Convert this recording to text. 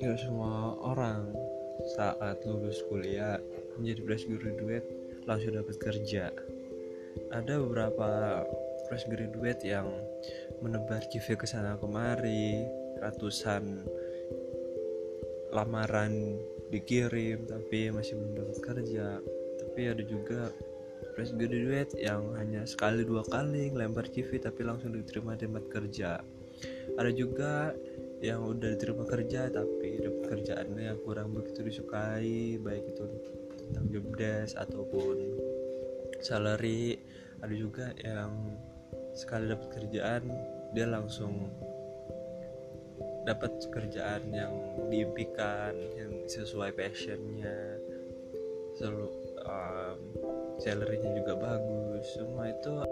Gak semua orang saat lulus kuliah menjadi fresh graduate langsung dapat kerja. Ada beberapa fresh graduate yang menebar CV ke sana kemari, ratusan lamaran dikirim tapi masih belum dapat kerja. Tapi ada juga fresh graduate yang hanya sekali dua kali ngelempar CV tapi langsung diterima tempat kerja. Ada juga yang udah diterima kerja tapi dapat kerjaannya yang kurang begitu disukai, baik itu tentang job desk ataupun salary. Ada juga yang sekali dapat kerjaan dia langsung dapat kerjaan yang diimpikan, yang sesuai passionnya, selalu salarynya juga bagus. Semua itu